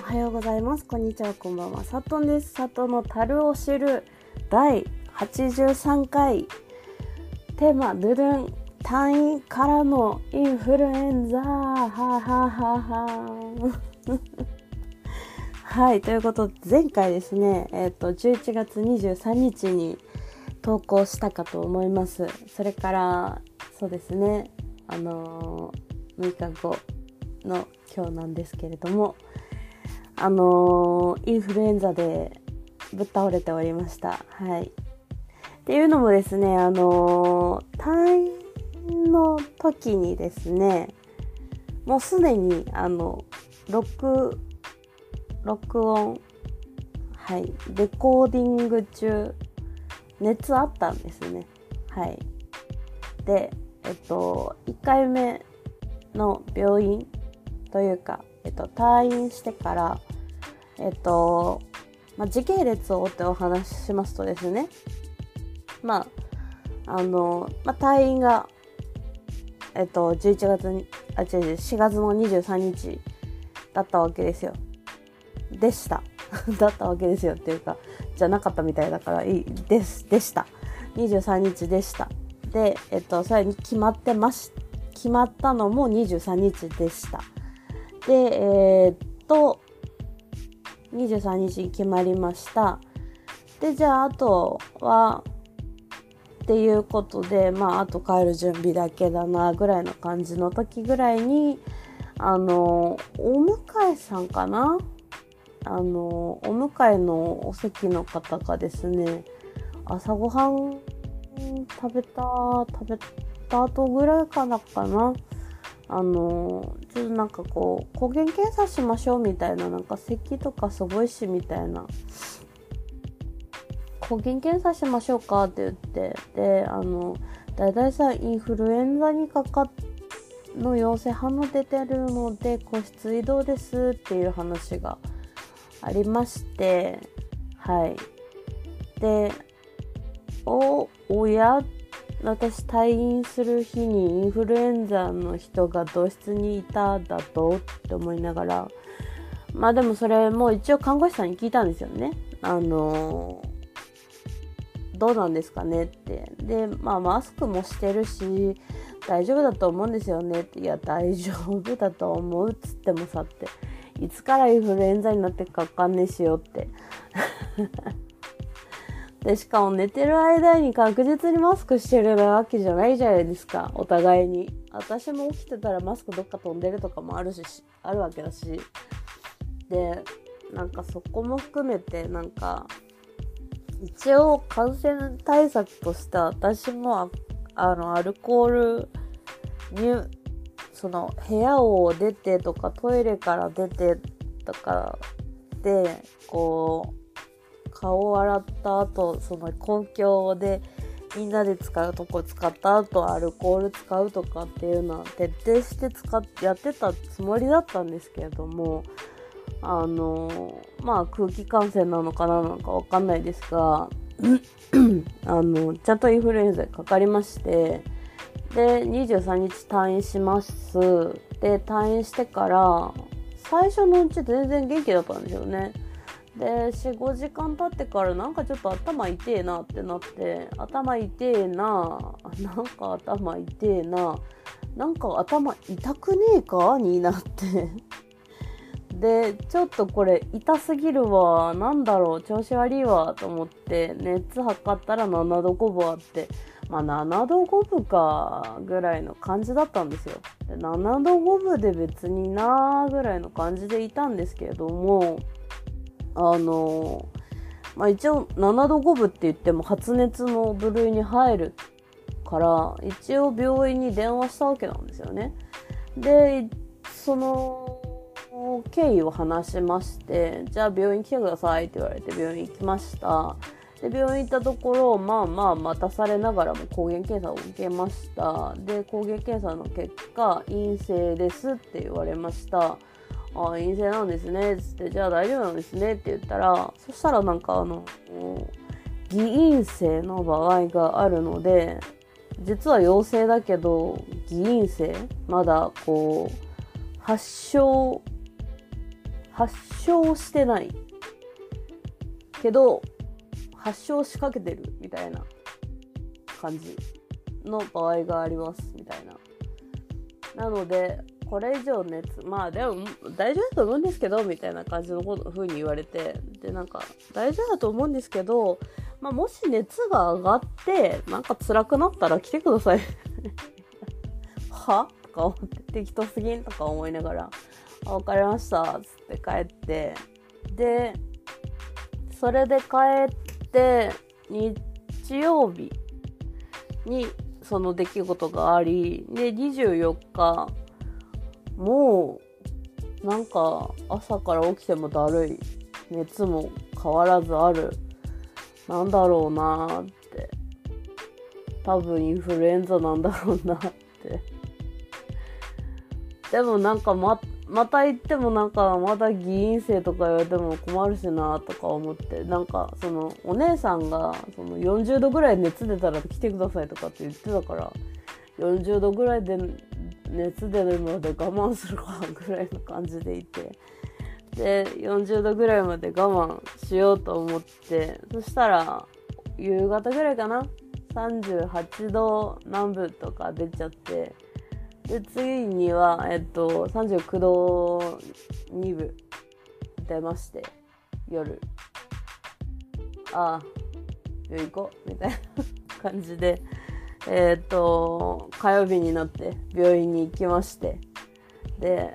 おはようございます。こんにちは、こんばんは。さとんです。さとの樽を知る第83回。テーマ、ドゥドゥン、退院からのインフルエンザ。はははは。はい、ということで、前回ですね、11月23日に投稿したかと思います。それから、そうですね、6日後の今日なんですけれども、インフルエンザでぶっ倒れておりました。はい。っていうのもですね、退院の時にですね、もうすでに録音、はい、レコーディング中熱あったんですね。はい。で、1回目の病院というか、退院してから時系列を追ってお話ししますとですね、退院が4月の23日だったわけですよ。でしただったわけですよっていうか、じゃなかったみたいだからいいでした23日でした。で、それに決まったのも23日でした。で、23日に決まりました。で、じゃああとはっていうことで、あと帰る準備だけだなぐらいの感じの時ぐらいに、お迎えさんかな、お迎えのお席の方がですね、朝ごはん食べた後ぐらいからかな、ちょっとなんかこう抗原検査しましょうみたいな、なんか咳とかすごいしみたいな、抗原検査しましょうかって言って、でだいたいさインフルエンザにかかっの陽性反応出てるので個室移動ですっていう話がありまして、はい。で、私退院する日にインフルエンザの人が同室にいただとって思いながら、でもそれも一応看護師さんに聞いたんですよね。どうなんですかねって。で、マスクもしてるし大丈夫だと思うんですよねって。いや、大丈夫だと思うっつってもさって、いつからインフルエンザになってるか分かんねえしよってで、しかも寝てる間に確実にマスクしてるわけじゃないじゃないですか、お互いに。私も起きてたらマスクどっか飛んでるとかもあるわけだし。で、なんかそこも含めて、なんか一応感染対策として私もアルコールにその部屋を出てとかトイレから出てとかでこう顔を洗った後、その公共でみんなで使うとこ使った後アルコール使うとかっていうのは徹底してやってたつもりだったんですけれども、空気感染なのかなのかわかんないですがちゃんとインフルエンザにかかりまして、で23日退院します。で退院してから最初のうち全然元気だったんですよね。で 4,5 時間経ってからなんかちょっと頭痛えなってなって、頭痛えな、なんか頭痛えな、なんか頭痛くねえかになってでちょっとこれ痛すぎるわ、なんだろう調子悪いわと思って熱測ったら7度5分あって、7度5分かぐらいの感じだったんですよ。で7度5分で別になーぐらいの感じでいたんですけれども、一応7度5分って言っても発熱の部類に入るから一応病院に電話したわけなんですよね。でその経緯を話しまして、じゃあ病院来てくださいって言われて病院行きました。で病院行ったところ待たされながらも抗原検査を受けました。で抗原検査の結果陰性ですって言われました。陰性なんですねっつって、じゃあ大丈夫なんですねって言ったら、そしたらなんか偽陰性の場合があるので、実は陽性だけど偽陰性、まだこう発症発症してないけど発症しかけてるみたいな感じの場合がありますみたいな。なのでこれ以上熱、まあでも大丈夫だと思うんですけどみたいな感じの風に言われて、でなんか大丈夫だと思うんですけど、まあ、もし熱が上がってなんか辛くなったら来てくださいはとか思って適当すぎんとか思いながら、分かりましたっつって帰って、でそれで帰って日曜日にその出来事があり、で24日もうなんか朝から起きてもだるい、熱も変わらずある、なんだろうなーって、多分インフルエンザなんだろうなって。でもなんかまた行ってもなんかまだ議員生とか言われても困るしなとか思って、なんかそのお姉さんがその40度ぐらい熱出たら来てくださいとかって言ってたから、40度ぐらいで熱出るまで我慢するかぐらいの感じでいて、で40度ぐらいまで我慢しようと思って、そしたら夕方ぐらいかな、38度南部とか出ちゃって、で次には39度2分出まして、夜行こうみたいな感じで火曜日になって病院に行きまして、で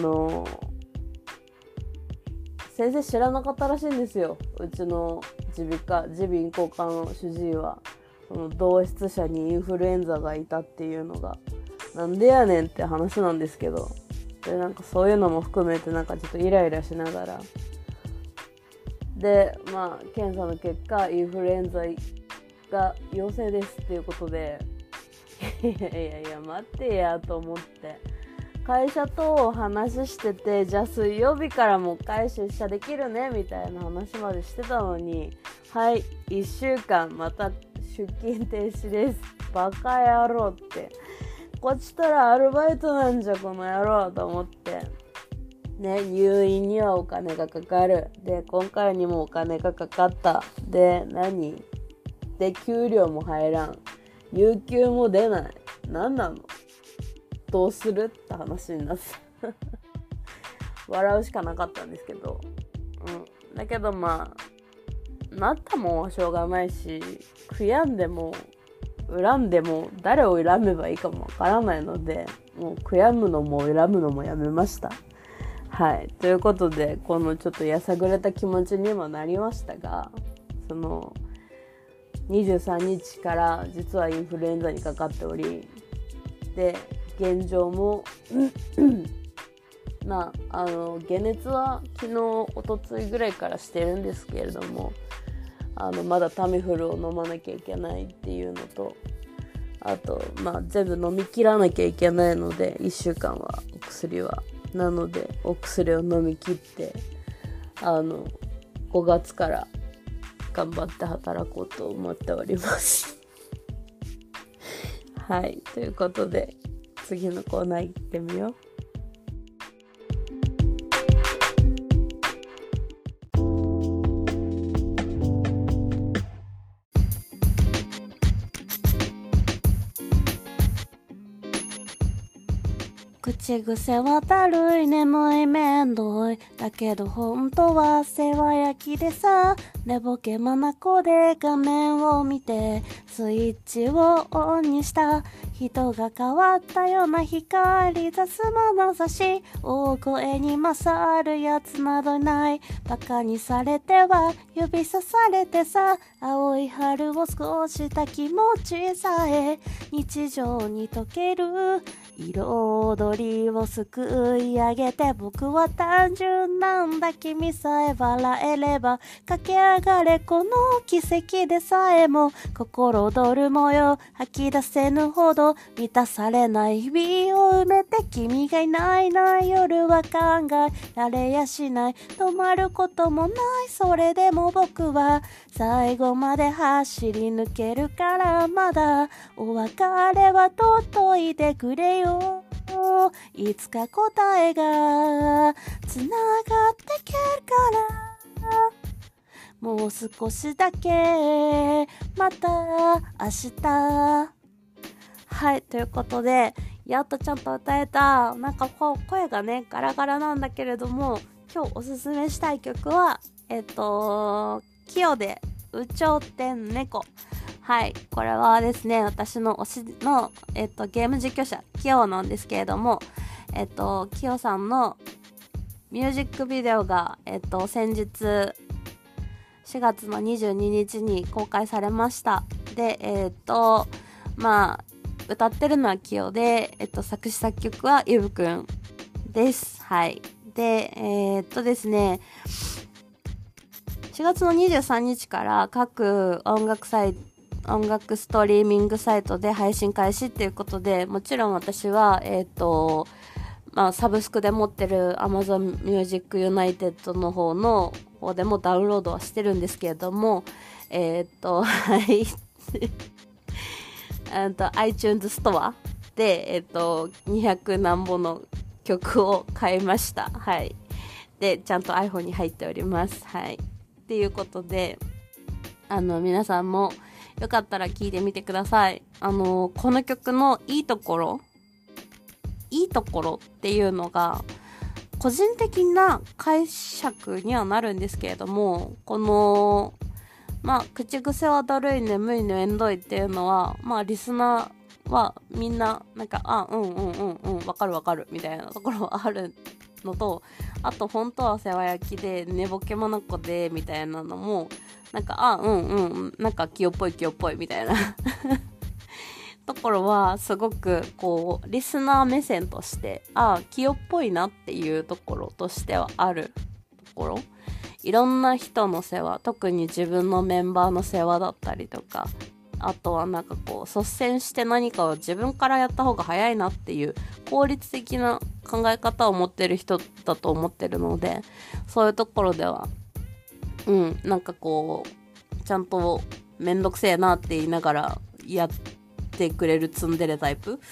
先生知らなかったらしいんですよ、うちの耳鼻咽喉科の主治医は。その同室者にインフルエンザがいたっていうのがなんでやねんって話なんですけど、でなんかそういうのも含めてなんかちょっとイライラしながら、でまあ検査の結果インフルエンザが陽性ですっていうことで、いや待ってやと思って、会社と話してて、じゃあ水曜日からもう一回出社できるねみたいな話までしてたのに、はい1週間また出勤停止です、バカ野郎って、こっちとらアルバイトなんじゃこの野郎と思ってね、入院にはお金がかかる、で今回にもお金がかかった、でで給料も入らん、有給も出ない、なんなのどうするって話になって笑うしかなかったんですけど、だけどまあなったもんはしょうがないし、悔やんでも恨んでも誰を恨めばいいかもわからないので、もう悔やむのも恨むのもやめました。はい、ということでこのちょっとやさぐれた気持ちにもなりましたが、その23日から実はインフルエンザにかかっており、で現状もまあ解熱は昨日一昨日ぐらいからしてるんですけれども、まだタミフルを飲まなきゃいけないっていうのと、あとまあ全部飲み切らなきゃいけないので1週間はお薬は、なのでお薬を飲み切って5月から頑張って働こうと思っておりますはい、ということで次のコーナー行ってみよう。口癖はだるい、眠い、めんどい。だけど本当は世話焼きでさ、寝ぼけまなこで画面を見て、スイッチをオンにした人が変わったような光出す眼差し、大声に勝るやつなどない。バカにされては指さされてさ、青い春を少した気持ちさえ日常に溶ける彩りをすくい上げて、僕は単純なんだ、君さえ笑えれば駆け上がれ、この奇跡でさえも心躍る模様、吐き出せぬほど満たされない日々を埋めて、君がいない夜は考えられやしない、止まることもない、それでも僕は最後まで走り抜けるから、まだお別れはとっといてくれよ、 いつか答えがつながってけるからもう少しだけまた明日。はい、ということでやっとちゃんと歌えた。なんかこう声がねガラガラなんだけれども、今日おすすめしたい曲はキヨで有頂天猫。はい、これはですね、私の推しのゲーム実況者キヨなんですけれども、キヨさんのミュージックビデオが先日4月の22日に公開されました。でまあ歌ってるのはキヨで、作詞作曲はイブくんです。はい。でですね、4月の23日から各音楽ストリーミングサイトで配信開始っていうことで、もちろん私はサブスクで持ってる Amazon Music United の方でもダウンロードはしてるんですけれども、はいiTunes ストアで200何本の曲を買いました。はい。でちゃんと iPhone に入っております。はい。っていうことで皆さんもよかったら聴いてみてください。この曲のいいところっていうのが個人的な解釈にはなるんですけれども、この口癖はだるい、眠いのえんどいっていうのはリスナーはみんななんかわかるわかるみたいなところはあるのと、あと本当は世話焼きで寝ぼけもなこでみたいなのもなんかなんか清っぽいみたいなところはすごくこうリスナー目線として清っぽいなっていうところとしてはあるところ、いろんな人の世話、特に自分のメンバーの世話だったりとか、あとはなんかこう率先して何かを自分からやった方が早いなっていう効率的な考え方を持ってる人だと思ってるので、そういうところではなんかこうちゃんとめんどくせえなって言いながらやってくれるツンデレタイプ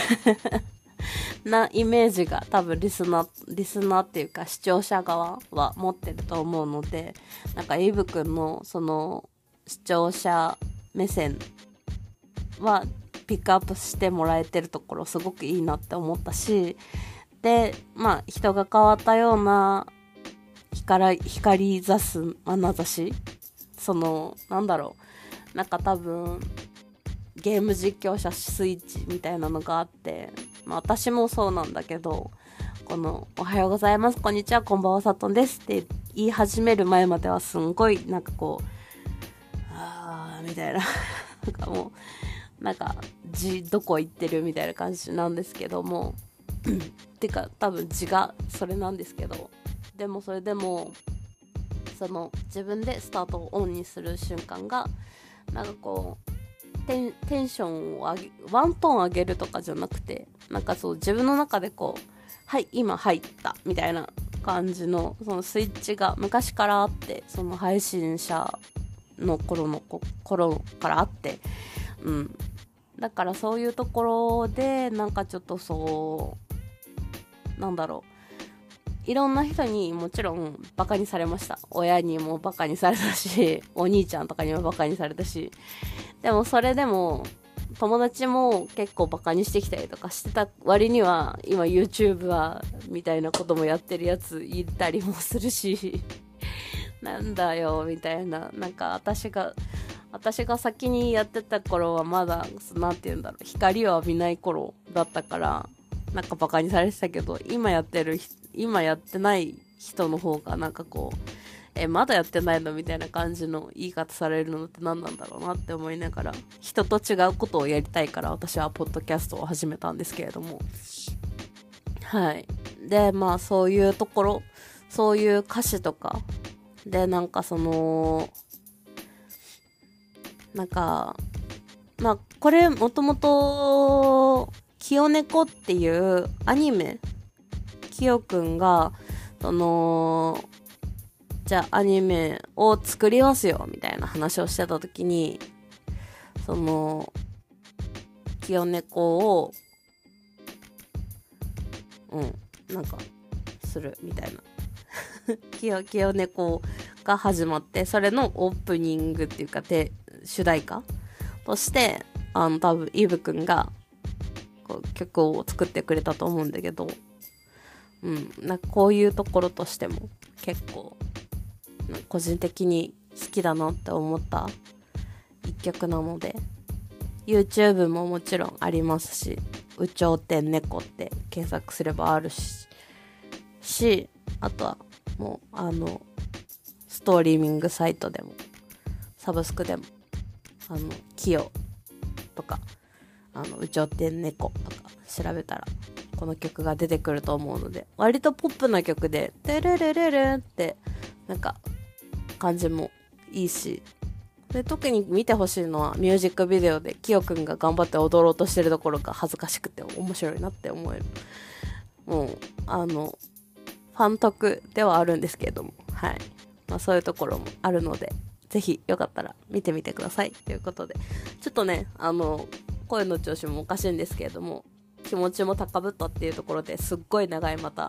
なイメージが多分リスナーっていうか視聴者側は持ってると思うので、なんかイブくんのその視聴者目線はピックアップしてもらえてるところすごくいいなって思ったし、で人が変わったような光ざす眼差し、なんだろう、なんか多分ゲーム実況者スイッチみたいなのがあって、私もそうなんだけど、このおはようございます、こんにちは、こんばんは、さとんですって言い始める前まではすんごいなんかこうみたいななんかもうなんかどこ行ってるみたいな感じなんですけどもてか多分字がそれなんですけど、でもそれでも自分でスタートをオンにする瞬間がなんかこうテンションをワントーン上げるとかじゃなくて、なんかそう自分の中でこうはい今入ったみたいな感じのそのスイッチが昔からあって、その配信者の頃からあって、だからそういうところでなんかちょっとなんだろう、いろんな人にもちろんバカにされました。親にもバカにされたし、お兄ちゃんとかにもバカにされたし、でもそれでも友達も結構バカにしてきたりとかしてた割には、今 YouTube はみたいなこともやってるやついたりもするしなんだよみたいな、なんか私が先にやってた頃はまだなんて言うんだろう、光を浴びない頃だったからなんかバカにされてたけど、今やってない人の方がなんかこうまだやってないのみたいな感じの言い方されるのって何なんだろうなって思いながら、人と違うことをやりたいから私はポッドキャストを始めたんですけれども、はい。でそういうところ、そういう歌詞とかでなんかなんかこれもともと清猫っていうアニメ、キヨくんがじゃあアニメを作りますよみたいな話をしてた時に、清猫をなんかするみたいな清猫が始まって、それのオープニングっていうか主題歌として多分イブくんがこう曲を作ってくれたと思うんだけど、なんかこういうところとしても結構個人的に好きだなって思った一曲なので、 YouTube ももちろんありますし、有頂天猫って検索すればあるし、あとはもうストリーミングサイトでもサブスクでもキヨとか有頂天猫とか調べたらこの曲が出てくると思うので、割とポップな曲でテレレレレってなんか感じもいいし、で特に見てほしいのはミュージックビデオでキヨくんが頑張って踊ろうとしてるところが恥ずかしくて面白いなって思える、もうファン得ではあるんですけれども、はい、そういうところもあるので、ぜひよかったら見てみてくださいということで、ちょっとね声の調子もおかしいんですけれども、気持ちも高ぶったっていうところですっごい長いまた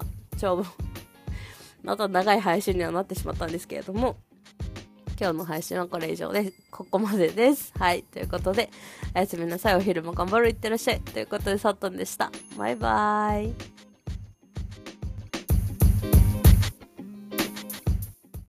長い配信にはなってしまったんですけれども、今日の配信はこれ以上でここまでです。はい、ということでおやすみなさい、お昼も頑張ろう、いってらっしゃいということで、さっとんでした。バイバーイ。